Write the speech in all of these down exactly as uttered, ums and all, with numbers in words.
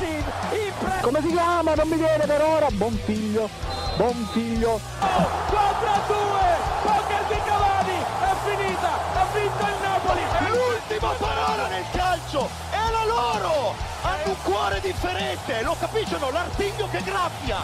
Higuain, impre- come si chiama? Non mi viene per ora. Bonfiglio, Bonfiglio. quattro a due, poker di Cavani, è finita, ha vinto il Napoli. È l'ultima parola nel calcio, è la loro. Hanno un cuore differente, lo capiscono, l'artiglio che graffia.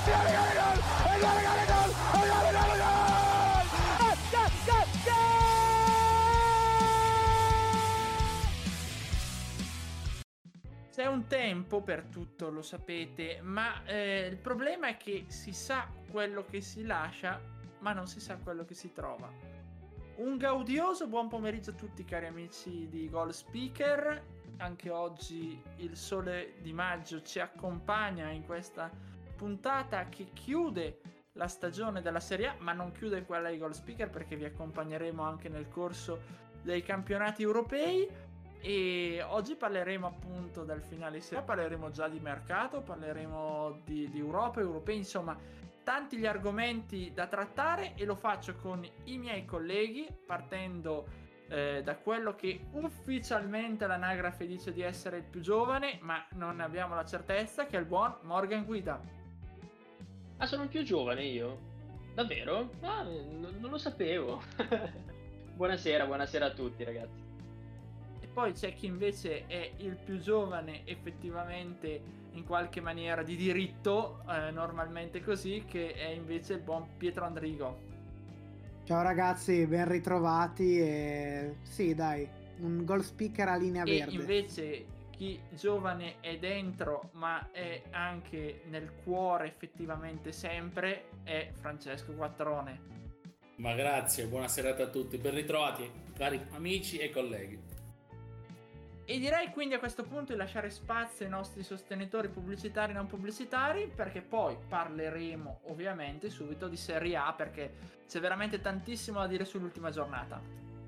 C'è un tempo per tutto, lo sapete, ma eh, il problema è che si sa quello che si lascia, ma non si sa quello che si trova. Un gaudioso buon pomeriggio a tutti, cari amici di Goal Speaker. Anche oggi il sole di maggio ci accompagna in questa puntata che chiude la stagione della Serie A, ma non chiude quella di Goal Speaker, perché vi accompagneremo anche nel corso dei campionati europei. E oggi parleremo appunto del finale Serie A, parleremo già di mercato, parleremo di, di Europa, europei, insomma tanti gli argomenti da trattare, e lo faccio con i miei colleghi, partendo eh, da quello che ufficialmente l'anagrafe dice di essere il più giovane, ma non ne abbiamo la certezza, che è il buon Morgan Guida. Ah, sono il più giovane io? Davvero? Ah, n- non lo sapevo. Buonasera, buonasera a tutti ragazzi. E poi c'è chi invece è il più giovane effettivamente in qualche maniera di diritto, eh, normalmente così, che è invece il buon Pietro Andrigo. Ciao ragazzi, ben ritrovati e sì dai, un Goal Speaker a linea E verde. invece chi giovane è dentro ma è anche nel cuore effettivamente sempre è Francesco Quattrone. Ma grazie, buona serata a tutti, ben ritrovati cari amici e colleghi. E direi quindi a questo punto di lasciare spazio ai nostri sostenitori pubblicitari e non pubblicitari, perché poi parleremo ovviamente subito di Serie A, perché c'è veramente tantissimo da dire sull'ultima giornata.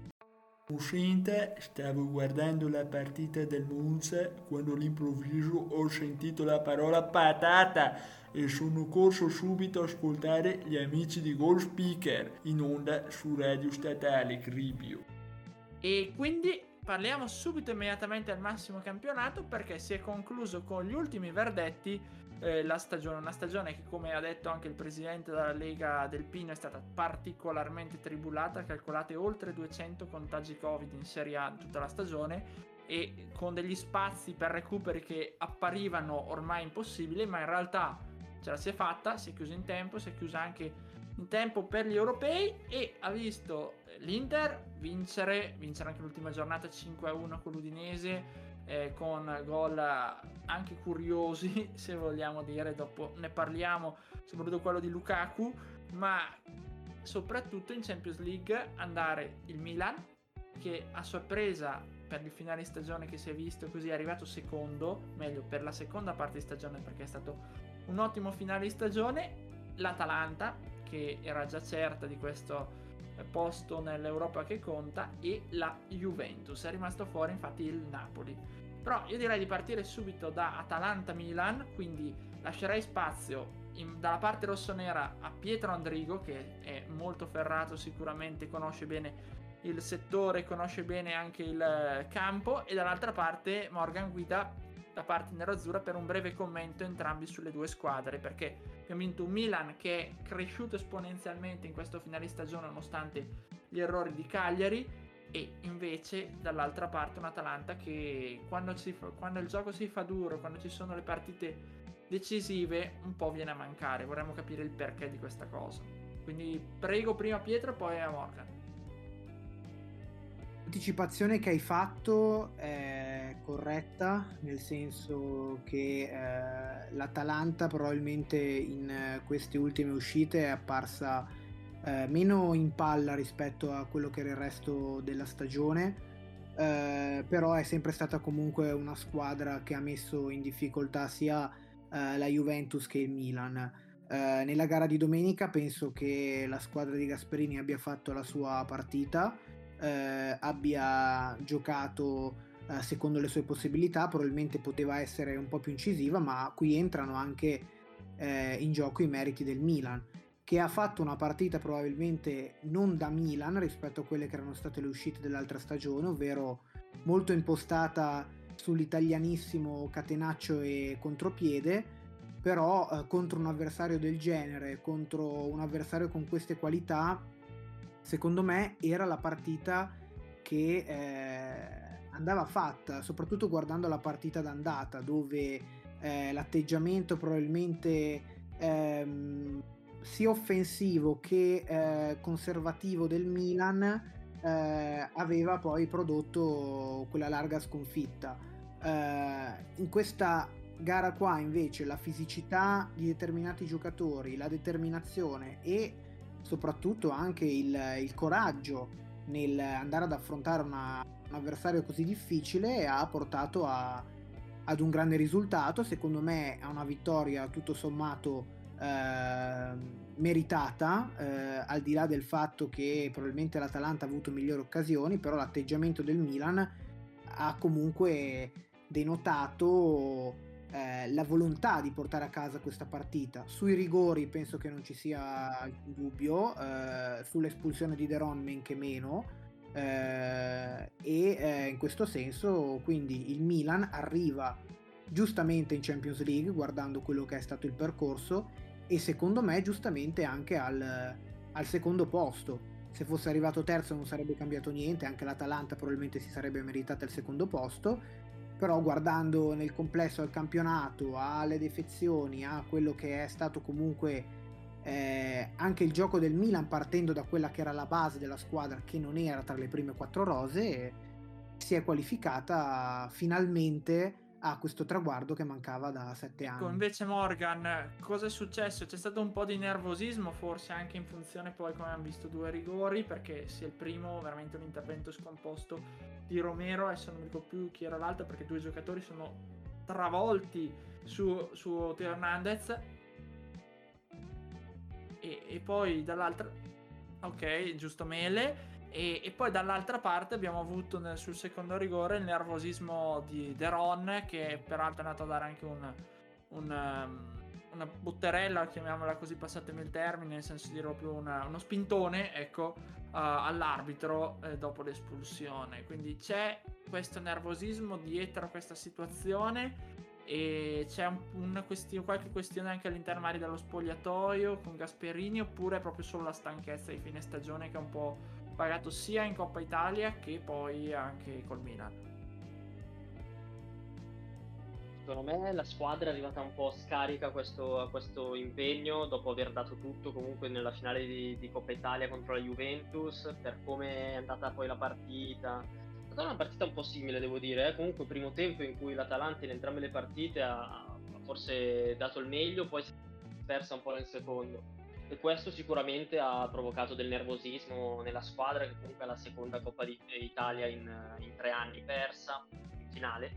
Uscente, stavo guardando la partita del Monza quando all'improvviso ho sentito la parola patata e sono corso subito a ascoltare gli amici di Goal Speaker in onda su Radio Statale Cribio. E quindi parliamo subito immediatamente al massimo campionato, perché si è concluso con gli ultimi verdetti eh, la stagione, una stagione che, come ha detto anche il presidente della Lega Del Pino, è stata particolarmente tribulata. Calcolate oltre duecento contagi Covid in Serie A in tutta la stagione, e con degli spazi per recuperi che apparivano ormai impossibili, ma in realtà ce la si è fatta, si è chiusa in tempo, si è chiusa anche in tempo per gli europei, e ha visto l'Inter vincere, vincere anche l'ultima giornata cinque a uno con l'Udinese, eh, con gol anche curiosi, se vogliamo dire, dopo ne parliamo, soprattutto quello di Lukaku, ma soprattutto in Champions League andare il Milan, che a sorpresa per il finale di stagione che si è visto così è arrivato secondo, meglio per la seconda parte di stagione, perché è stato un ottimo finale di stagione, l'Atalanta che era già certa di questo posto nell'Europa che conta, e la Juventus. È rimasto fuori infatti il Napoli. Però io direi di partire subito da Atalanta-Milan, quindi lascerei spazio in, dalla parte rossonera a Pietro Andrigo, che è molto ferrato, sicuramente conosce bene il settore, conosce bene anche il campo, e dall'altra parte Morgan Guida da parte nerazzurra per un breve commento entrambi sulle due squadre, perché abbiamo vinto un Milan che è cresciuto esponenzialmente in questo finale di stagione nonostante gli errori di Cagliari, e invece dall'altra parte un Atalanta che quando, si fa, quando il gioco si fa duro, quando ci sono le partite decisive, un po' viene a mancare. Vorremmo capire il perché di questa cosa, quindi prego prima Pietro e poi a Morgan. L'anticipazione che hai fatto è corretta, nel senso che eh, l'Atalanta probabilmente in eh, queste ultime uscite è apparsa eh, meno in palla rispetto a quello che era il resto della stagione, eh, però è sempre stata comunque una squadra che ha messo in difficoltà sia eh, la Juventus che il Milan. Eh, nella gara di domenica penso che la squadra di Gasperini abbia fatto la sua partita, Eh, abbia giocato eh, secondo le sue possibilità, probabilmente poteva essere un po' più incisiva, ma qui entrano anche eh, in gioco i meriti del Milan, che ha fatto una partita probabilmente non da Milan rispetto a quelle che erano state le uscite dell'altra stagione, ovvero molto impostata sull'italianissimo catenaccio e contropiede, però eh, contro un avversario del genere, contro un avversario con queste qualità, secondo me era la partita che eh, andava fatta, soprattutto guardando la partita d'andata, dove eh, l'atteggiamento probabilmente ehm, sia offensivo che eh, conservativo del Milan eh, aveva poi prodotto quella larga sconfitta. Eh, in questa gara qua invece la fisicità di determinati giocatori, la determinazione e soprattutto anche il, il coraggio nel andare ad affrontare una, un avversario così difficile ha portato a, ad un grande risultato, secondo me a una vittoria tutto sommato eh, meritata, eh, al di là del fatto che probabilmente l'Atalanta ha avuto migliori occasioni, però l'atteggiamento del Milan ha comunque denotato eh, la volontà di portare a casa questa partita. Sui rigori penso che non ci sia alcun dubbio, eh, sull'espulsione di De Ron men che meno, eh, e eh, in questo senso quindi il Milan arriva giustamente in Champions League guardando quello che è stato il percorso e secondo me giustamente anche al, al secondo posto. Se fosse arrivato terzo non sarebbe cambiato niente, anche l'Atalanta probabilmente si sarebbe meritata il secondo posto, però guardando nel complesso al campionato, alle defezioni, a quello che è stato comunque eh, anche il gioco del Milan, partendo da quella che era la base della squadra che non era tra le prime quattro rose, si è qualificata finalmente a questo traguardo che mancava da sette ecco, anni. Invece Morgan, cosa è successo? C'è stato un po' di nervosismo, forse anche in funzione poi come abbiamo visto due rigori, perché sia il primo veramente un intervento scomposto di Romero, adesso non mi ricordo più chi era l'altro perché due giocatori sono travolti su, su Teo Hernandez e, e poi dall'altra ok, giusto Mele. E, e poi dall'altra parte abbiamo avuto nel, sul secondo rigore il nervosismo di De Ron, che peraltro è andato a dare anche un, un, um, una butterella, chiamiamola così, passatemi il termine, nel senso di dire proprio una, uno spintone, ecco, uh, all'arbitro eh, dopo l'espulsione. Quindi c'è questo nervosismo dietro a questa situazione e c'è un, una questione, qualche questione anche all'interno magari dello spogliatoio con Gasperini, oppure è proprio solo la stanchezza di fine stagione che è un po' pagato sia in Coppa Italia che poi anche col Milan? Secondo me la squadra è arrivata un po' scarica a questo, a questo impegno dopo aver dato tutto comunque nella finale di, di Coppa Italia contro la Juventus, per come è andata poi la partita. È stata una partita un po' simile, devo dire, eh? Comunque primo tempo in cui l'Atalanta in entrambe le partite ha, ha forse dato il meglio, poi si è persa un po' nel secondo. E questo sicuramente ha provocato del nervosismo nella squadra, che comunque è la seconda Coppa d'Italia in, in tre anni persa in finale,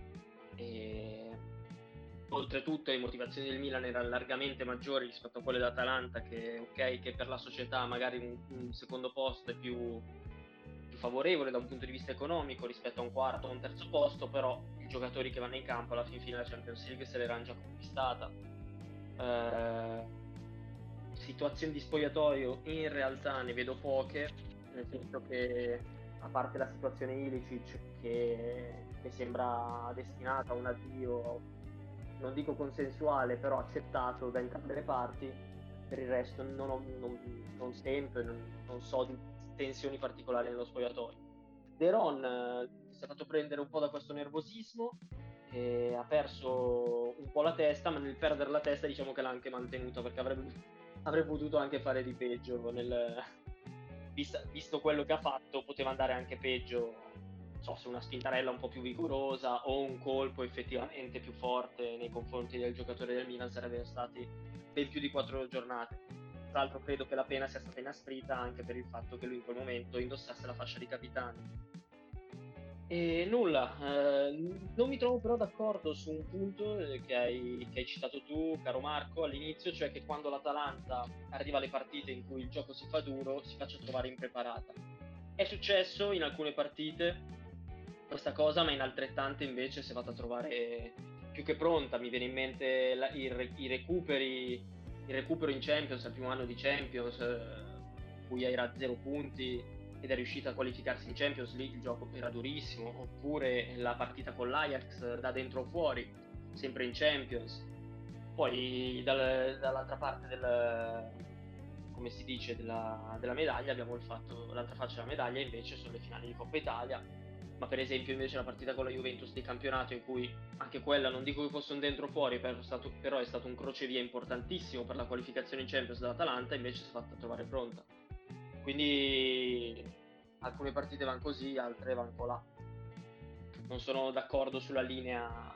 e oltretutto le motivazioni del Milan erano largamente maggiori rispetto a quelle dell'Atalanta, che ok che per la società magari un, un secondo posto è più, più favorevole da un punto di vista economico rispetto a un quarto o un terzo posto, però i giocatori che vanno in campo alla fin fine la Champions League se l'erano già conquistata. eh, Situazioni di spogliatoio in realtà ne vedo poche, nel senso che a parte la situazione Ilicic che, che sembra destinata a un addio, non dico consensuale, però accettato da entrambe le parti, per il resto non, ho, non, non sento e non, non so di tensioni particolari nello spogliatoio. De Ron eh, si è fatto prendere un po' da questo nervosismo e ha perso un po' la testa, ma nel perdere la testa diciamo che l'ha anche mantenuta, perché avrebbe avrei potuto anche fare di peggio nel... visto, visto quello che ha fatto poteva andare anche peggio, non so, se una spintarella un po' più vigorosa o un colpo effettivamente più forte nei confronti del giocatore del Milan sarebbero stati ben più di quattro giornate. Tra l'altro credo che la pena sia stata inasprita anche per il fatto che lui in quel momento indossasse la fascia di capitano. E nulla, eh, non mi trovo però d'accordo su un punto che hai, che hai citato tu, caro Marco, all'inizio, cioè che quando l'Atalanta arriva alle partite in cui il gioco si fa duro si faccia trovare impreparata. È successo in alcune partite questa cosa, ma in altrettante invece si è fatta trovare più che pronta. Mi viene in mente la, i, i recuperi, il recupero in Champions, al primo anno di Champions, eh, in cui era a zero punti, ed è riuscita a qualificarsi in Champions League, il gioco era durissimo, oppure la partita con l'Ajax da dentro o fuori, sempre in Champions. Poi dal, dall'altra parte del, come si dice, della, della medaglia abbiamo il fatto, l'altra faccia della medaglia invece sono le finali di Coppa Italia, ma per esempio invece la partita con la Juventus di campionato, in cui anche quella non dico che fosse un dentro o fuori, però è stato, però è stato un crocevia importantissimo per la qualificazione in Champions dell'Atalanta, invece si è fatta trovare pronta. Quindi alcune partite vanno così, altre vanno là. Non sono d'accordo sulla linea,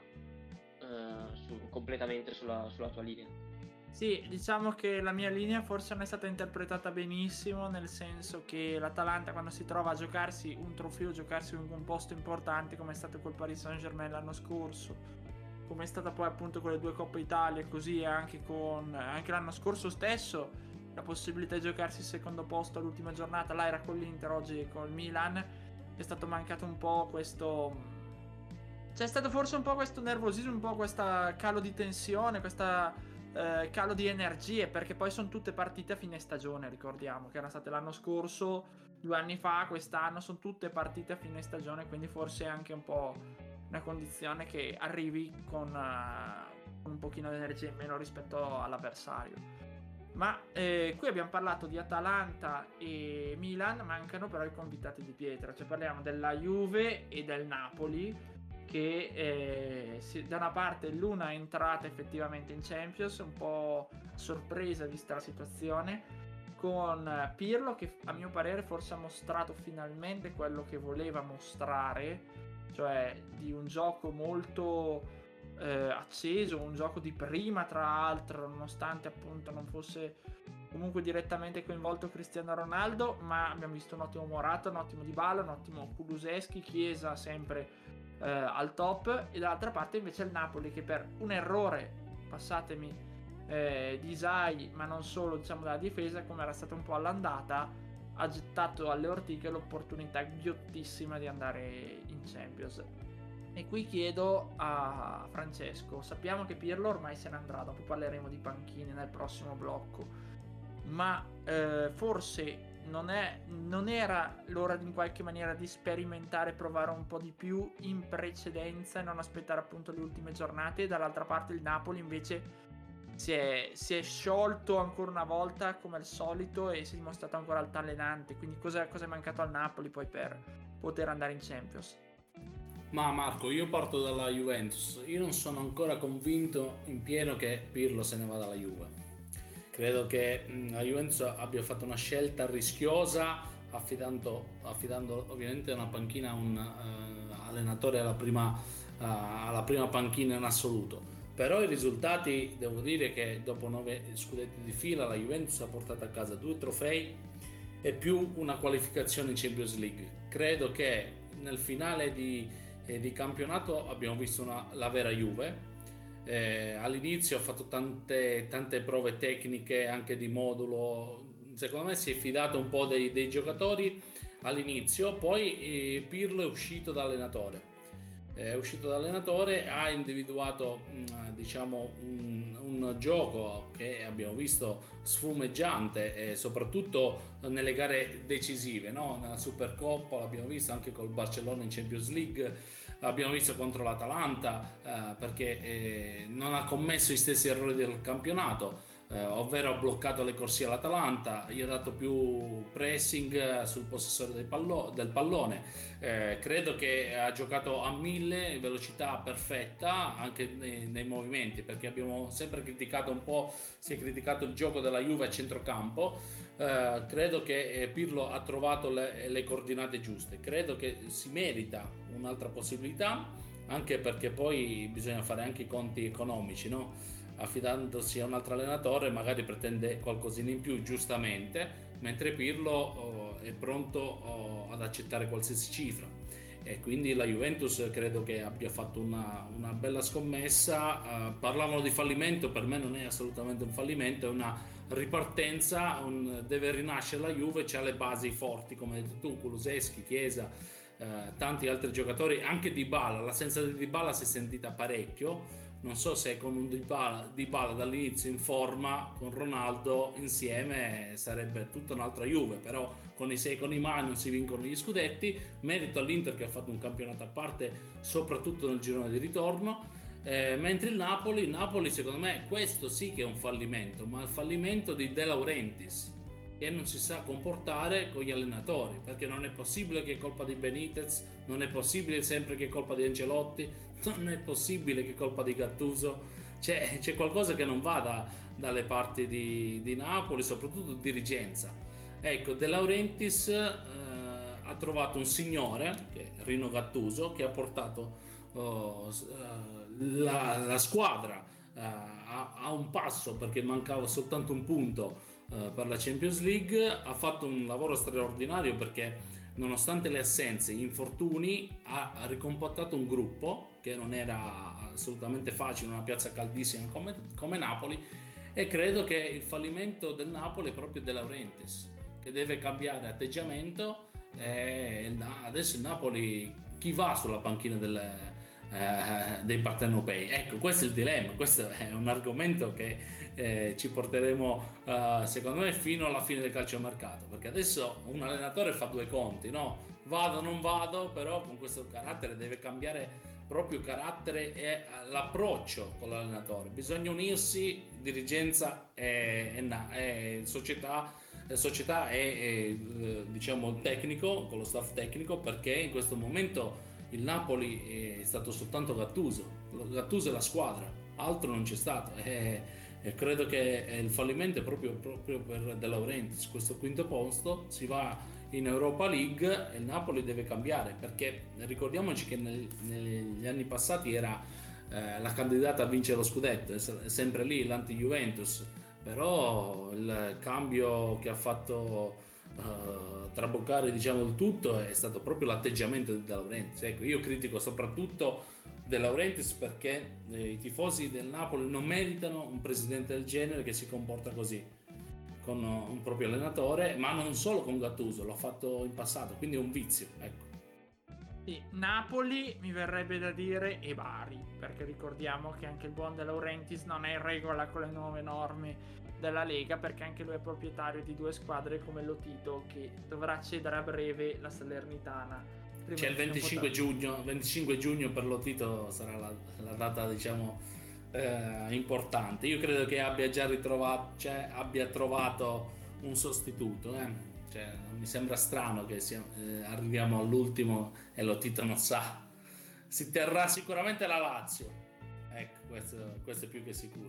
eh, su, completamente sulla, sulla tua linea. Sì, diciamo che la mia linea forse non è stata interpretata benissimo, nel senso che l'Atalanta, quando si trova a giocarsi un trofeo, giocarsi un, un posto importante come è stato col Paris Saint-Germain l'anno scorso, come è stata poi appunto con le due Coppe Italia, così anche con anche l'anno scorso stesso, la possibilità di giocarsi il secondo posto all'ultima giornata, là era con l'Inter, oggi con il Milan, è stato mancato un po' questo, c'è stato forse un po' questo nervosismo, un po' questa calo di tensione, questa eh, calo di energie, perché poi sono tutte partite a fine stagione, ricordiamo che erano state l'anno scorso, due anni fa, quest'anno sono tutte partite a fine stagione, quindi forse è anche un po' una condizione che arrivi con, uh, con un pochino di energia in meno rispetto all'avversario. Ma eh, qui abbiamo parlato di Atalanta e Milan, mancano però i convitati di pietra, cioè parliamo della Juve e del Napoli, che eh, si, da una parte l'una è entrata effettivamente in Champions, un po' sorpresa vista la situazione, con Pirlo che a mio parere forse ha mostrato finalmente quello che voleva mostrare, cioè di un gioco molto Eh, acceso, un gioco di prima tra l'altro, nonostante appunto non fosse comunque direttamente coinvolto Cristiano Ronaldo, ma abbiamo visto un ottimo Morata, un ottimo Dybala, un ottimo Kulusevski, Chiesa sempre eh, al top, e dall'altra parte invece il Napoli che per un errore, passatemi, eh, di Isai, ma non solo, diciamo della difesa, come era stata un po' all'andata, ha gettato alle ortiche l'opportunità ghiottissima di andare in Champions. E qui chiedo a Francesco, sappiamo che Pirlo ormai se ne andrà, dopo parleremo di panchine nel prossimo blocco, ma eh, forse non, è, non era l'ora in qualche maniera di sperimentare, provare un po' di più in precedenza e non aspettare appunto le ultime giornate? E dall'altra parte il Napoli invece si è, si è sciolto ancora una volta come al solito e si è dimostrato ancora altalenante, quindi cosa, cosa è mancato al Napoli poi per poter andare in Champions? Ma Marco, io parto dalla Juventus. Io non sono ancora convinto in pieno che Pirlo se ne vada dalla Juve. Credo che la Juventus abbia fatto una scelta rischiosa affidando, affidando ovviamente una panchina a un uh, allenatore alla prima, uh, alla prima panchina in assoluto. Però i risultati, devo dire che dopo nove scudetti di fila la Juventus ha portato a casa due trofei e più una qualificazione in Champions League. Credo che nel finale di E di campionato abbiamo visto una, la vera Juve. Eh, all'inizio ha fatto tante, tante prove tecniche anche di modulo, secondo me si è fidato un po' dei, dei giocatori all'inizio, poi eh, Pirlo è uscito da allenatore, è uscito da allenatore, ha individuato mh, diciamo un, un gioco che abbiamo visto sfumeggiante e soprattutto nelle gare decisive, no? Nella Supercoppa l'abbiamo visto anche col Barcellona in Champions League, l'abbiamo visto contro l'Atalanta eh, perché eh, non ha commesso gli stessi errori del campionato, eh, ovvero ha bloccato le corsie all'Atalanta, gli ha dato più pressing sul possessore del, pallo- del pallone, eh, credo che ha giocato a mille, velocità perfetta anche nei, nei movimenti, perché abbiamo sempre criticato un po', si è criticato il gioco della Juve a centrocampo. Eh, credo che Pirlo ha trovato le, le coordinate giuste, credo che si merita un'altra possibilità, anche perché poi bisogna fare anche i conti economici, no? Affidandosi a un altro allenatore magari pretende qualcosina in più, giustamente, mentre Pirlo oh, è pronto oh, ad accettare qualsiasi cifra, e quindi la Juventus credo che abbia fatto una, una bella scommessa. Uh, parlavano di fallimento, per me non è assolutamente un fallimento, è una ripartenza, un, deve rinascere la Juve, c'ha le basi forti come hai detto tu, Kulusevski, Chiesa, uh, tanti altri giocatori, anche Dybala, l'assenza di Dybala si è sentita parecchio, non so se con un Dybala, Dybala dall'inizio in forma, con Ronaldo insieme sarebbe tutta un'altra Juve, però con i sei con i mani non si vincono gli scudetti. Merito all'Inter che ha fatto un campionato a parte, soprattutto nel girone di ritorno. Eh, mentre il Napoli, il Napoli secondo me questo sì che è un fallimento, ma il fallimento di De Laurentiis, che non si sa comportare con gli allenatori, perché non è possibile che è colpa di Benitez, non è possibile sempre che è colpa di Ancelotti, non è possibile che è colpa di Gattuso. C'è, c'è qualcosa che non va da, dalle parti di, di Napoli, soprattutto dirigenza. Ecco, De Laurentiis eh, ha trovato un signore, che è Rino Gattuso, che ha portato oh, la, la squadra eh, a, a un passo, perché mancava soltanto un punto per la Champions League. Ha fatto un lavoro straordinario perché nonostante le assenze, gli infortuni, ha ricompattato un gruppo che non era assolutamente facile in una piazza caldissima come, come Napoli, e credo che il fallimento del Napoli è proprio De Laurentiis, che deve cambiare atteggiamento. E adesso il Napoli, chi va sulla panchina del, eh, dei partenopei? Ecco, questo è il dilemma, questo è un argomento che Eh, ci porteremo uh, secondo me fino alla fine del calciomercato, perché adesso un allenatore fa due conti, no? Vado o non vado, però con questo carattere deve cambiare proprio carattere e l'approccio con l'allenatore. Bisogna unirsi, dirigenza e, e, e società, e società e, e diciamo tecnico, con lo staff tecnico, perché in questo momento il Napoli è stato soltanto Gattuso, Gattuso è la squadra, altro non c'è stato. E, E credo che il fallimento è proprio, proprio per De Laurentiis. Questo quinto posto, si va in Europa League e il Napoli deve cambiare, perché ricordiamoci che nel, negli anni passati era eh, la candidata a vincere lo scudetto, è sempre lì l'anti-Juventus, però il cambio che ha fatto eh, traboccare, diciamo, il tutto è stato proprio l'atteggiamento di De Laurentiis. Ecco, io critico soprattutto De Laurentiis perché eh, i tifosi del Napoli non meritano un presidente del genere che si comporta così con un proprio allenatore, ma non solo con Gattuso, l'ha fatto in passato, quindi è un vizio, ecco. Sì, Napoli mi verrebbe da dire e Bari, perché ricordiamo che anche il buon De Laurentiis non è in regola con le nuove norme della Lega, perché anche lui è proprietario di due squadre come Lotito, che dovrà cedere a breve la Salernitana. C'è il venticinque giugno, venticinque giugno per Lotito sarà la, la data, diciamo, eh, importante. Io credo che abbia già ritrovato, cioè abbia trovato un sostituto. Eh. Cioè, mi sembra strano che sia, eh, arriviamo all'ultimo e Lotito non sa. Si terrà sicuramente la Lazio. Ecco, questo, questo è più che sicuro.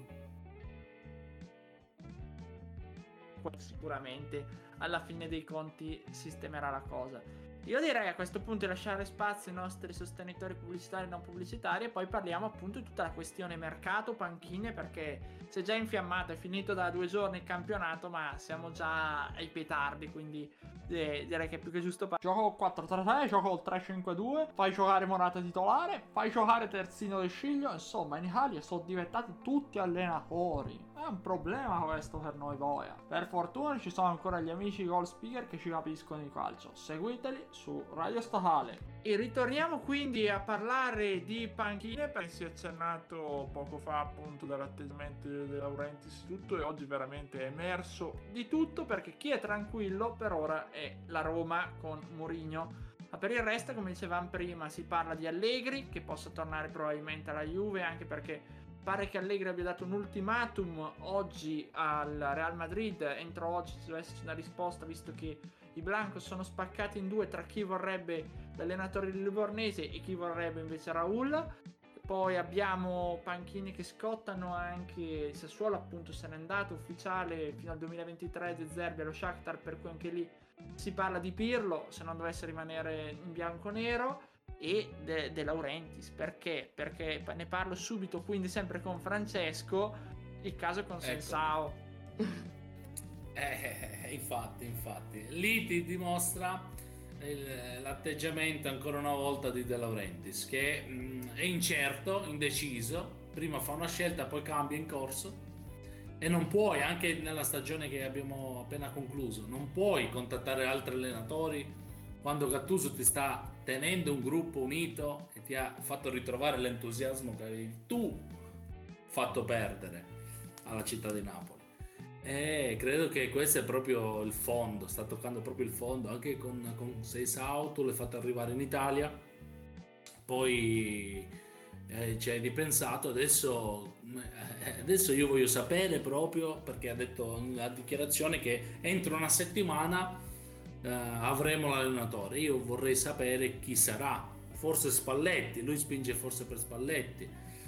Sicuramente alla fine dei conti sistemerà la cosa. Io direi a questo punto di lasciare spazio ai nostri sostenitori pubblicitari e non pubblicitari, e poi parliamo appunto di tutta la questione mercato, panchine, perché si è già infiammato, è finito da due giorni il campionato, ma siamo già ai petardi, quindi eh, direi che è più che giusto. Par- gioco quattro tre tre, gioco il tre cinque due, fai giocare Morata titolare, fai giocare terzino del Sciglio, insomma in Italia sono diventati tutti allenatori. È un problema questo per noi boia. Per fortuna ci sono ancora gli amici goal speaker che ci capiscono di calcio, seguiteli su Radio Statale. E ritorniamo quindi a parlare di panchine, perché si è accennato poco fa appunto dall'atteggiamento di De Laurentiis tutto, e oggi veramente è emerso di tutto, perché chi è tranquillo per ora è la Roma con Mourinho. Ma per il resto, come dicevamo prima, si parla di Allegri che possa tornare probabilmente alla Juve, anche perché pare che Allegri abbia dato un ultimatum oggi al Real Madrid. Entro oggi ci deve esserci una risposta, visto che i Blancos sono spaccati in due tra chi vorrebbe l'allenatore livornese e chi vorrebbe invece Raul. Poi abbiamo panchine che scottano, anche il Sassuolo appunto se n'è andato ufficiale fino al duemilaventitré, De Zerbi allo Shakhtar, per cui anche lì si parla di Pirlo se non dovesse rimanere in bianco-nero. E De, De Laurentiis, perché? Perché ne parlo subito, quindi sempre con Francesco, il caso con Sensao. Eh, infatti, infatti, lì ti dimostra il, l'atteggiamento ancora una volta di De Laurentiis, che mh, è incerto, indeciso, prima fa una scelta poi cambia in corso, e non puoi, anche nella stagione che abbiamo appena concluso, non puoi contattare altri allenatori quando Gattuso ti sta tenendo un gruppo unito e ti ha fatto ritrovare l'entusiasmo che avevi tu fatto perdere alla città di Napoli. E credo che questo è proprio il fondo, sta toccando proprio il fondo, anche con, con Seisao, tu l'hai fatto arrivare in Italia, poi eh, ci hai ripensato, adesso, eh, adesso io voglio sapere proprio, perché ha detto nella dichiarazione che entro una settimana eh, avremo l'allenatore, io vorrei sapere chi sarà, forse Spalletti, lui spinge forse per Spalletti,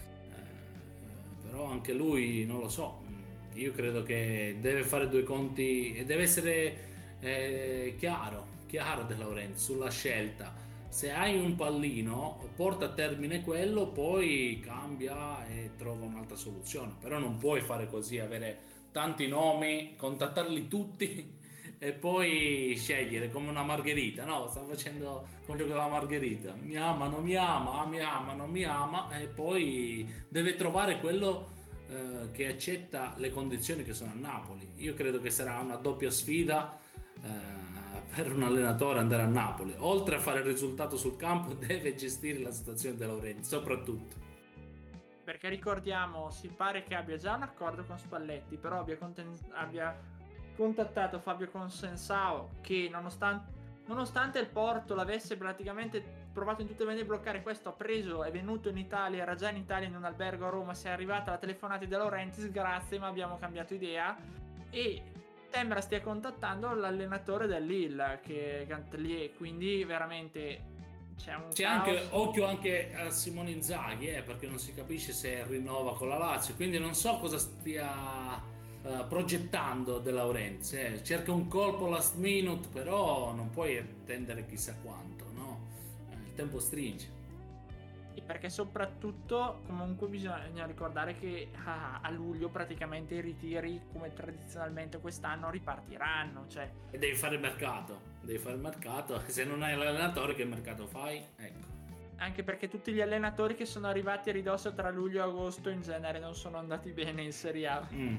eh, però anche lui non lo so. Io credo che deve fare due conti e deve essere eh, chiaro, chiaro De Laurentiis sulla scelta. Se hai un pallino, porta a termine quello, poi cambia e trova un'altra soluzione. Però non puoi fare così, avere tanti nomi, contattarli tutti e poi scegliere come una margherita. No, sta facendo come gioco della margherita. Mi ama, non mi ama, mi ama, non mi ama, e poi deve trovare quello Uh, che accetta le condizioni che sono a Napoli. Io credo che sarà una doppia sfida uh, per un allenatore andare a Napoli. Oltre a fare il risultato sul campo, deve gestire la situazione De Laurentiis, soprattutto. Perché ricordiamo, si pare che abbia già un accordo con Spalletti, però abbia, conten- abbia contattato Fabio Consensao, che nonostante, nonostante il Porto l'avesse praticamente provato in tutte le maniere a bloccare, questo ha preso, è venuto in Italia, era già in Italia in un albergo a Roma, si è arrivata la telefonata di De Laurentiis, grazie ma abbiamo cambiato idea, e sembra stia contattando l'allenatore del Lille, che è Gantellier, quindi veramente c'è un c'è caos. Anche occhio anche a Simone Inzaghi, eh, perché non si capisce se rinnova con la Lazio, quindi non so cosa stia uh, progettando De Laurentiis, eh. Cerca un colpo last minute, però non puoi attendere chissà quanto, no? Il tempo stringe. Perché soprattutto comunque bisogna ricordare che a, a luglio praticamente i ritiri, come tradizionalmente quest'anno, ripartiranno, cioè... E devi fare il mercato, devi fare il mercato, se non hai l'allenatore che mercato fai? Ecco. Anche perché tutti gli allenatori che sono arrivati a ridosso tra luglio e agosto in genere non sono andati bene in Serie A. Mm.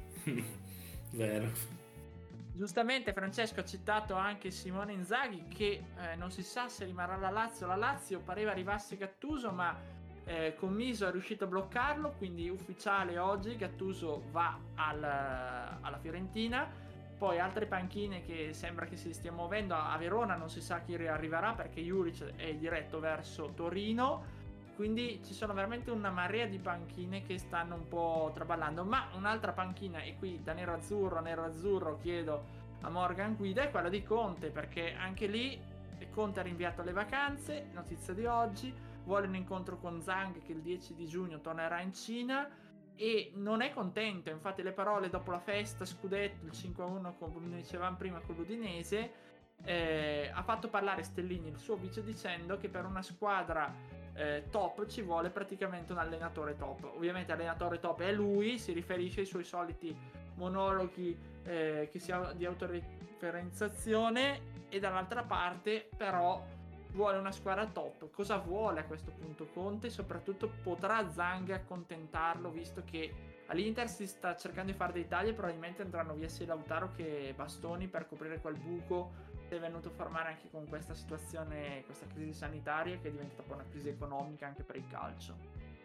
Vero. Giustamente Francesco ha citato anche Simone Inzaghi, che eh, non si sa se rimarrà la Lazio. La Lazio pareva arrivasse Gattuso, ma eh, Commiso è riuscito a bloccarlo, quindi ufficiale oggi Gattuso va al, alla Fiorentina. Poi altre panchine che sembra che si stia muovendo. A Verona non si sa chi arriverà, perché Juric è diretto verso Torino, quindi ci sono veramente una marea di panchine che stanno un po' traballando. Ma un'altra panchina, e qui da nero azzurro a nero azzurro chiedo a Morgan Guida, è quella di Conte, perché anche lì Conte ha rinviato le vacanze, notizia di oggi, vuole un incontro con Zhang che il dieci di giugno tornerà in Cina e non è contento. Infatti le parole dopo la festa scudetto, il cinque a uno come dicevamo prima con l'Udinese, eh, ha fatto parlare Stellini, il suo vice, dicendo che per una squadra Eh, top ci vuole praticamente un allenatore top. Ovviamente allenatore top è lui, si riferisce ai suoi soliti monologhi eh, che sia di autoreferenziazione, e dall'altra parte però vuole una squadra top. Cosa vuole a questo punto Conte? Soprattutto potrà Zhang accontentarlo, visto che all'Inter si sta cercando di fare dei tagli e probabilmente andranno via sia Lautaro che Bastoni per coprire quel buco è venuto a formare anche con questa situazione, questa crisi sanitaria che è diventata poi una crisi economica anche per il calcio.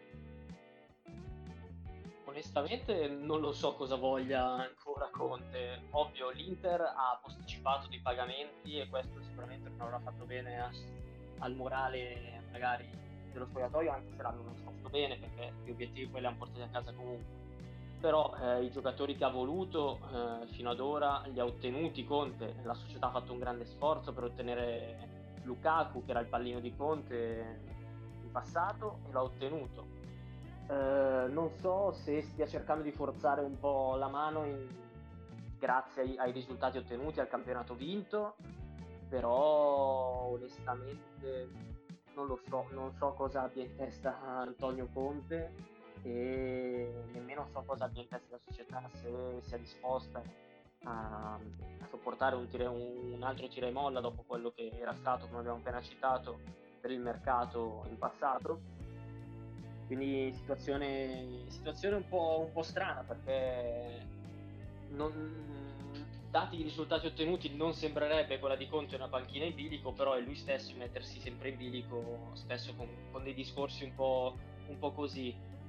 Onestamente non lo so cosa voglia ancora Conte. Ovvio, l'Inter ha posticipato dei pagamenti e questo sicuramente non avrà fatto bene a, al morale magari dello spogliatoio, anche se l'hanno fatto bene, perché gli obiettivi poi li hanno portati a casa comunque. Però eh, i giocatori che ha voluto eh, fino ad ora li ha ottenuti Conte. La società ha fatto un grande sforzo per ottenere Lukaku, che era il pallino di Conte in passato, e l'ha ottenuto. Eh, non so se stia cercando di forzare un po' la mano in... grazie ai, ai risultati ottenuti, al campionato vinto, però onestamente non lo so, non so cosa abbia in testa Antonio Conte e nemmeno so cosa abbia in testa la società, se sia disposta a, a sopportare un, tira, un, un altro tira e molla dopo quello che era stato, come abbiamo appena citato, per il mercato in passato. Quindi situazione, situazione un po', un po' strana, perché non, dati i risultati ottenuti non sembrerebbe quella di Conte una panchina in bilico, però è lui stesso mettersi sempre in bilico, spesso con, con dei discorsi un po', un po' così.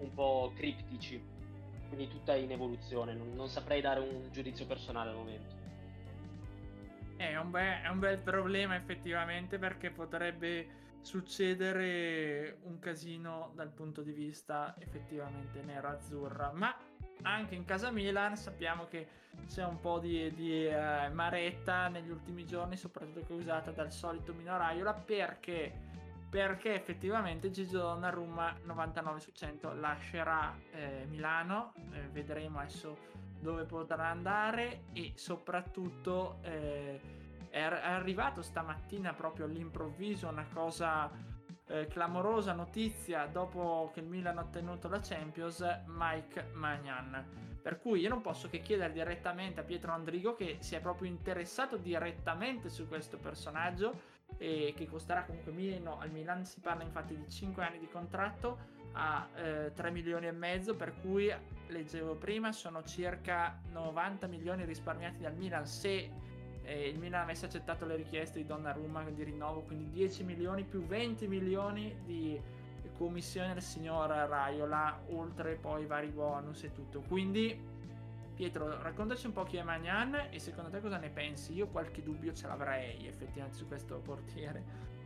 un po' criptici, quindi tutta in evoluzione, non, non saprei dare un giudizio personale al momento. È un, be- è un bel problema effettivamente, perché potrebbe succedere un casino dal punto di vista effettivamente nero-azzurra, ma anche in casa Milan sappiamo che c'è un po' di, di eh, maretta negli ultimi giorni, soprattutto causata dal solito Mino Raiola, perché perché effettivamente Gigio Donnarumma novantanove su cento lascerà eh, Milano, eh, vedremo adesso dove potrà andare, e soprattutto eh, è arrivato stamattina proprio all'improvviso una cosa eh, clamorosa notizia dopo che il Milan ha ottenuto la Champions, Mike Maignan, per cui io non posso che chiedere direttamente a Pietro Andrigo, che si è proprio interessato direttamente su questo personaggio e che costerà comunque meno al Milan. Si parla infatti di cinque anni di contratto a eh, tre milioni e mezzo, per cui leggevo prima sono circa novanta milioni risparmiati dal Milan se eh, il Milan avesse accettato le richieste di Donnarumma di rinnovo, quindi dieci milioni più venti milioni di commissione del signor Raiola, oltre poi vari bonus e tutto. Quindi Pietro, raccontaci un po' chi è Maignan e secondo te cosa ne pensi? Io qualche dubbio ce l'avrei effettivamente su questo portiere.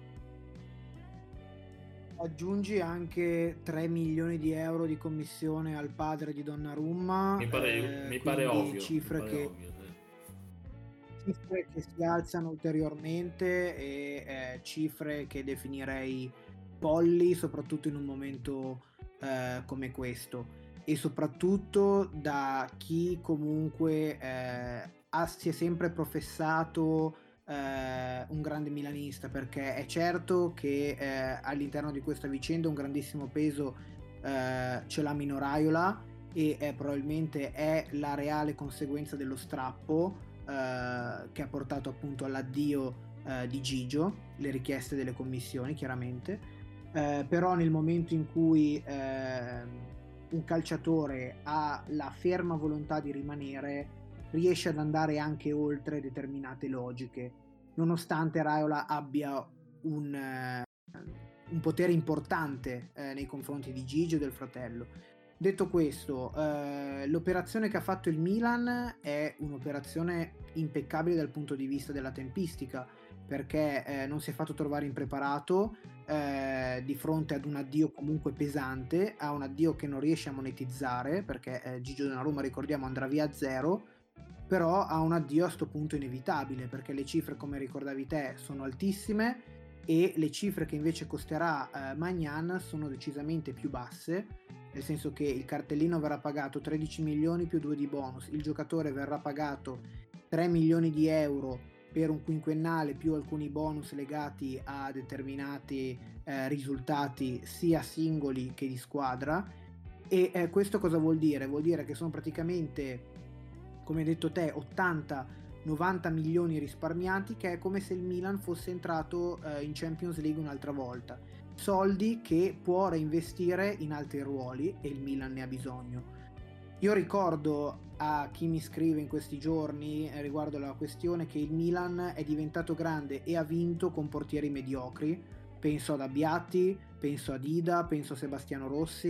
Aggiungi anche tre milioni di euro di commissione al padre di Donnarumma. Mi pare, eh, mi pare ovvio. Cifre, mi pare che, ovvio sì. cifre che si alzano ulteriormente e eh, cifre che definirei folli, soprattutto in un momento eh, come questo. E soprattutto da chi comunque eh, ha, si è sempre professato eh, un grande milanista, perché è certo che eh, all'interno di questa vicenda un grandissimo peso eh, ce l'ha Mino Raiola, e eh, probabilmente è la reale conseguenza dello strappo eh, che ha portato appunto all'addio eh, di Gigio, le richieste delle commissioni chiaramente, eh, però nel momento in cui eh, un calciatore ha la ferma volontà di rimanere, riesce ad andare anche oltre determinate logiche, nonostante Raiola abbia un, uh, un potere importante uh, nei confronti di Gigio e del fratello. Detto questo, uh, l'operazione che ha fatto il Milan è un'operazione impeccabile dal punto di vista della tempistica, perché eh, non si è fatto trovare impreparato eh, di fronte ad un addio comunque pesante, a un addio che non riesce a monetizzare, perché eh, Gigio Donnarumma, ricordiamo, andrà via a zero, però ha un addio a sto punto inevitabile, perché le cifre, come ricordavi te, sono altissime e le cifre che invece costerà eh, Maignan sono decisamente più basse, nel senso che il cartellino verrà pagato tredici milioni più due di bonus, il giocatore verrà pagato tre milioni di euro per un quinquennale più alcuni bonus legati a determinati eh, risultati sia singoli che di squadra. E eh, questo cosa vuol dire? Vuol dire che sono praticamente, come hai detto te, ottanta novanta milioni risparmiati, che è come se il Milan fosse entrato eh, in Champions League un'altra volta, soldi che può reinvestire in altri ruoli e il Milan ne ha bisogno. Io ricordo a chi mi scrive in questi giorni eh, riguardo la questione che il Milan è diventato grande e ha vinto con portieri mediocri, penso ad Abbiati, penso a Dida, penso a Sebastiano Rossi,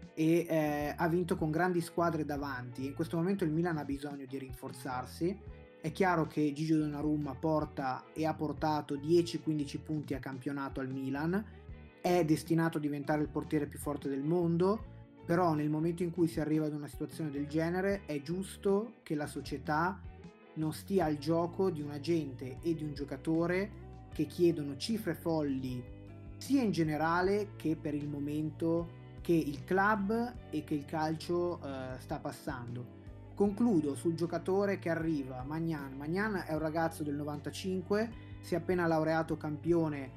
e eh, ha vinto con grandi squadre davanti. In questo momento il Milan ha bisogno di rinforzarsi. È chiaro che Gigio Donnarumma porta e ha portato dieci quindici punti a campionato al Milan, è destinato a diventare il portiere più forte del mondo, però nel momento in cui si arriva ad una situazione del genere è giusto che la società non stia al gioco di un agente e di un giocatore che chiedono cifre folli sia in generale che per il momento che il club e che il calcio eh, sta passando. Concludo sul giocatore che arriva, Maignan. Maignan è un ragazzo del novantacinque, si è appena laureato campione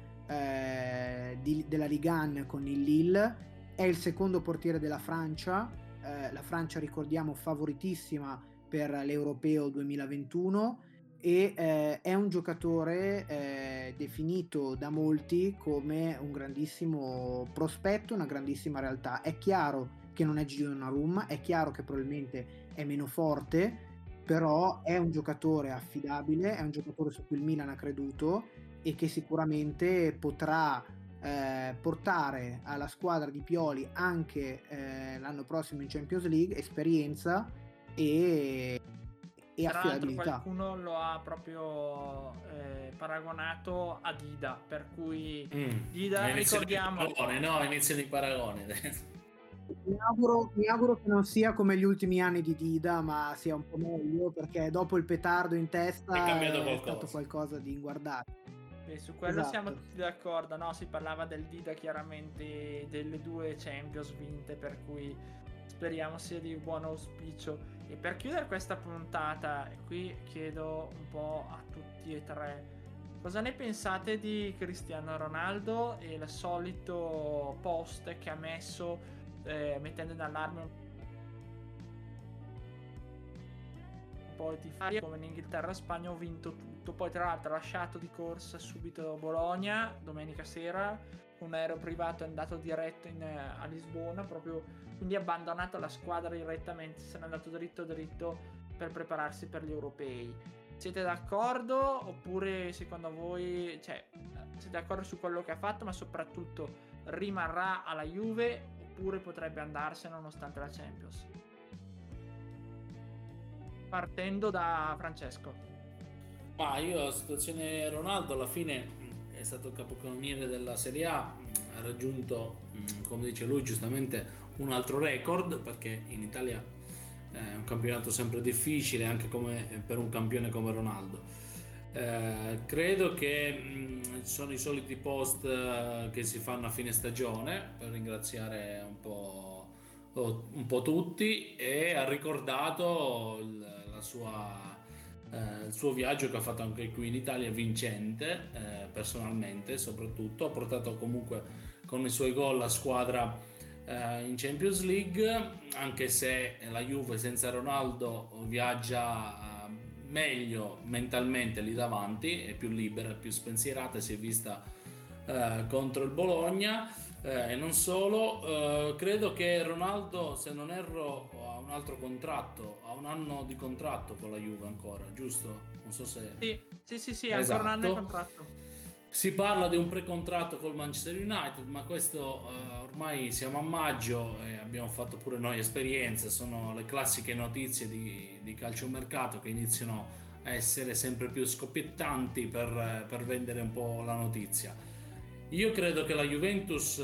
eh, di, della Ligue uno con il Lille, è il secondo portiere della Francia, eh, la Francia, ricordiamo, favoritissima per l'Europeo duemilaventuno, e eh, è un giocatore eh, definito da molti come un grandissimo prospetto, una grandissima realtà. È chiaro che non è Gigio Donnarumma, è chiaro che probabilmente è meno forte, però è un giocatore affidabile, è un giocatore su cui il Milan ha creduto e che sicuramente potrà eh, portare alla squadra di Pioli anche eh, l'anno prossimo in Champions League esperienza e, e Tra l'altro affidabilità. qualcuno lo ha proprio eh, paragonato a Dida, per cui Mm. Dida, Inizio di ricordiamo, paragone, no, inizio di paragone. Mi auguro, mi auguro che non sia come gli ultimi anni di Dida, ma sia un po' meglio, perché dopo il petardo in testa È cambiato è qualcosa. stato qualcosa di inguardabile. e su quello Esatto. siamo tutti d'accordo, no? Si parlava del Dida chiaramente delle due Champions vinte, per cui speriamo sia di buon auspicio. E per chiudere questa puntata, e qui chiedo un po' a tutti e tre, cosa ne pensate di Cristiano Ronaldo e il solito post che ha messo eh, mettendo in allarme un po' di fare come in Inghilterra e Spagna ho vinto tutto. Poi tra l'altro ha lasciato di corsa subito Bologna domenica sera, un aereo privato è andato diretto in, a Lisbona, proprio, quindi ha abbandonato la squadra direttamente, se n'è andato dritto dritto per prepararsi per gli europei. Siete d'accordo oppure secondo voi, cioè, siete d'accordo su quello che ha fatto, ma soprattutto rimarrà alla Juve oppure potrebbe andarsene nonostante la Champions? Partendo da Francesco. Ma io la situazione Ronaldo alla fine mh, è stato capocannoniere della Serie A, mh, ha raggiunto, mh, come dice lui giustamente, un altro record, perché in Italia è un campionato sempre difficile anche come per un campione come Ronaldo. Eh, credo che mh, sono i soliti post eh, che si fanno a fine stagione per ringraziare un po', un po' tutti, e ha ricordato il, la sua Eh, il suo viaggio che ha fatto anche qui in Italia vincente, eh, personalmente soprattutto, ha portato comunque con i suoi gol la squadra eh, in Champions League, anche se la Juve senza Ronaldo viaggia eh, meglio mentalmente lì davanti, è più libera, è più spensierata, si è vista eh, contro il Bologna. Eh, e non solo, eh, credo che Ronaldo, se non erro, ha un altro contratto, ha un anno di contratto con la Juve ancora, giusto? Non so se... Sì, sì, sì, sì, ancora un anno di Esatto. contratto. Si parla di un precontratto col Manchester United, ma questo eh, ormai siamo a maggio e abbiamo fatto pure noi esperienze, sono le classiche notizie di, di calciomercato che iniziano a essere sempre più scoppiettanti per, per vendere un po' la notizia. Io credo che la Juventus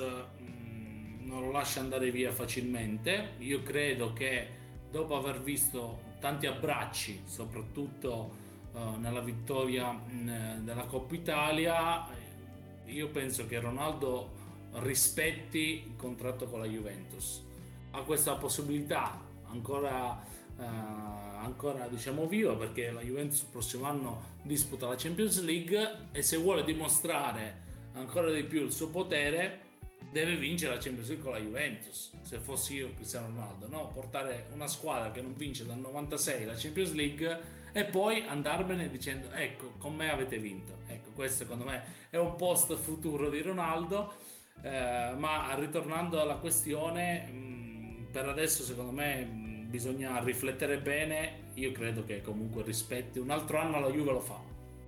mh, non lo lascia andare via facilmente. Io credo che dopo aver visto tanti abbracci, soprattutto uh, nella vittoria mh, della Coppa Italia, io penso che Ronaldo rispetti il contratto con la Juventus. Ha questa possibilità ancora, uh, ancora diciamo viva, perché la Juventus il prossimo anno disputa la Champions League e se vuole dimostrare ancora di più il suo potere deve vincere la Champions League con la Juventus. Se fossi io Cristiano Ronaldo, no? Portare una squadra che non vince dal novantasei la Champions League e poi andarmene dicendo ecco, con me avete vinto. Ecco, questo secondo me è un post futuro di Ronaldo. Eh, ma ritornando alla questione, mh, per adesso secondo me mh, bisogna riflettere bene. Io credo che comunque rispetti un altro anno, la Juve lo fa.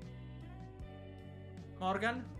Morgan?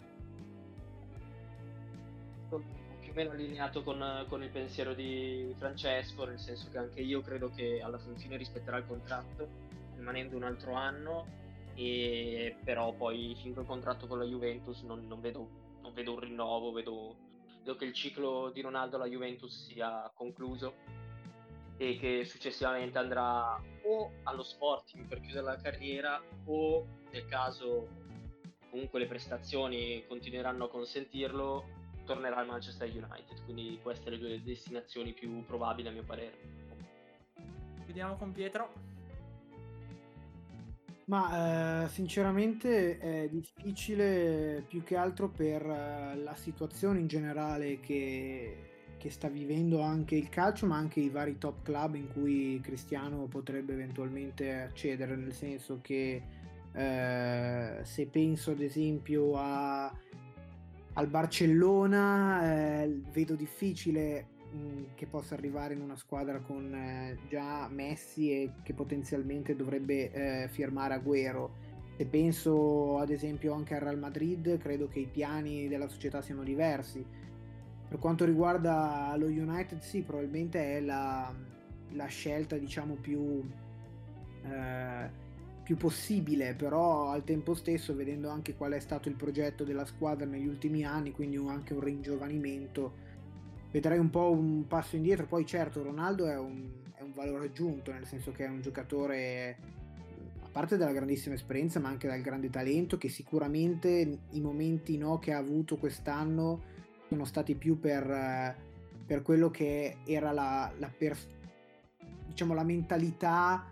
Più o meno allineato con, con il pensiero di Francesco, nel senso che anche io credo che alla fine rispetterà il contratto rimanendo un altro anno, e però poi finché il contratto con la Juventus non, non, vedo, non vedo un rinnovo, vedo, vedo che il ciclo di Ronaldo alla Juventus sia concluso e che successivamente andrà o allo Sporting per chiudere la carriera, o nel caso comunque le prestazioni continueranno a consentirlo, tornerà al Manchester United. Quindi queste le due destinazioni più probabili a mio parere. Chiudiamo con Pietro. Ma eh, sinceramente è difficile più che altro per eh, la situazione in generale che, che sta vivendo anche il calcio, ma anche i vari top club in cui Cristiano potrebbe eventualmente accedere, nel senso che eh, se penso ad esempio a al Barcellona, eh, vedo difficile mh, che possa arrivare in una squadra con eh, già Messi e che potenzialmente dovrebbe eh, firmare Agüero. Se penso ad esempio anche al Real Madrid, credo che i piani della società siano diversi. Per quanto riguarda lo United, sì, probabilmente è la, la scelta, diciamo, più, eh, più possibile, però al tempo stesso, vedendo anche qual è stato il progetto della squadra negli ultimi anni, quindi un, anche un ringiovanimento, vedrei un po' un passo indietro. Poi certo, Ronaldo è un, è un valore aggiunto, nel senso che è un giocatore, a parte della grandissima esperienza, ma anche dal grande talento, che sicuramente i momenti no che ha avuto quest'anno sono stati più per, per quello che era la, la, per, diciamo, la mentalità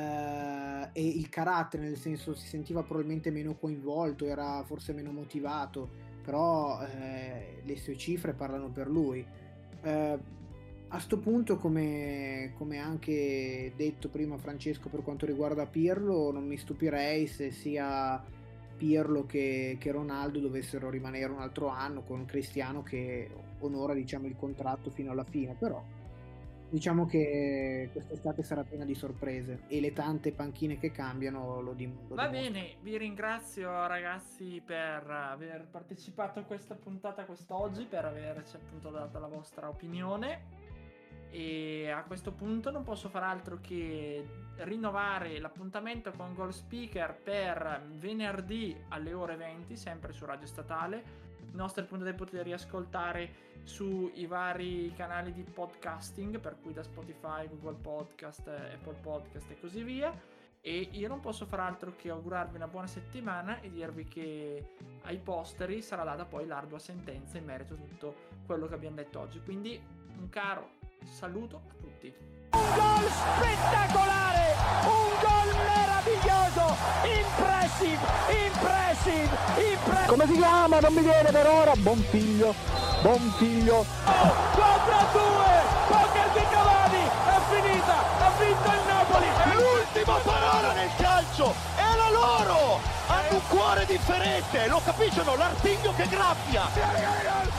eh, e il carattere, nel senso si sentiva probabilmente meno coinvolto, era forse meno motivato, però eh, le sue cifre parlano per lui. Eh, A sto punto, come, come anche detto prima Francesco per quanto riguarda Pirlo, non mi stupirei se sia Pirlo che, che Ronaldo dovessero rimanere un altro anno, con Cristiano che onora, diciamo, il contratto fino alla fine. Però diciamo che quest'estate sarà piena di sorprese e le tante panchine che cambiano lo, dim- lo Va dimostrano. bene, vi ringrazio ragazzi per aver partecipato a questa puntata quest'oggi, per averci appunto dato la vostra opinione. E a questo punto non posso far altro che rinnovare l'appuntamento con Goal Speaker per venerdì alle ore venti, sempre su Radio Statale. Le nostre puntate potete riascoltare sui vari canali di podcasting, per cui da Spotify, Google Podcast, Apple Podcast e così via. E io non posso far altro che augurarvi una buona settimana e dirvi che ai posteri sarà data poi l'ardua sentenza in merito a tutto quello che abbiamo detto oggi. Quindi un caro saluto a tutti. Un gol spettacolare, un gol meraviglioso, impressive, impressive, impressive. Come si chiama? Non mi viene per ora. Buon figlio, buon figlio. quattro a due, poker di Cavani, è finita, ha vinto il Napoli. L'ultima parola nel calcio è la loro. Hanno un cuore differente, lo capiscono, l'artiglio che graffia.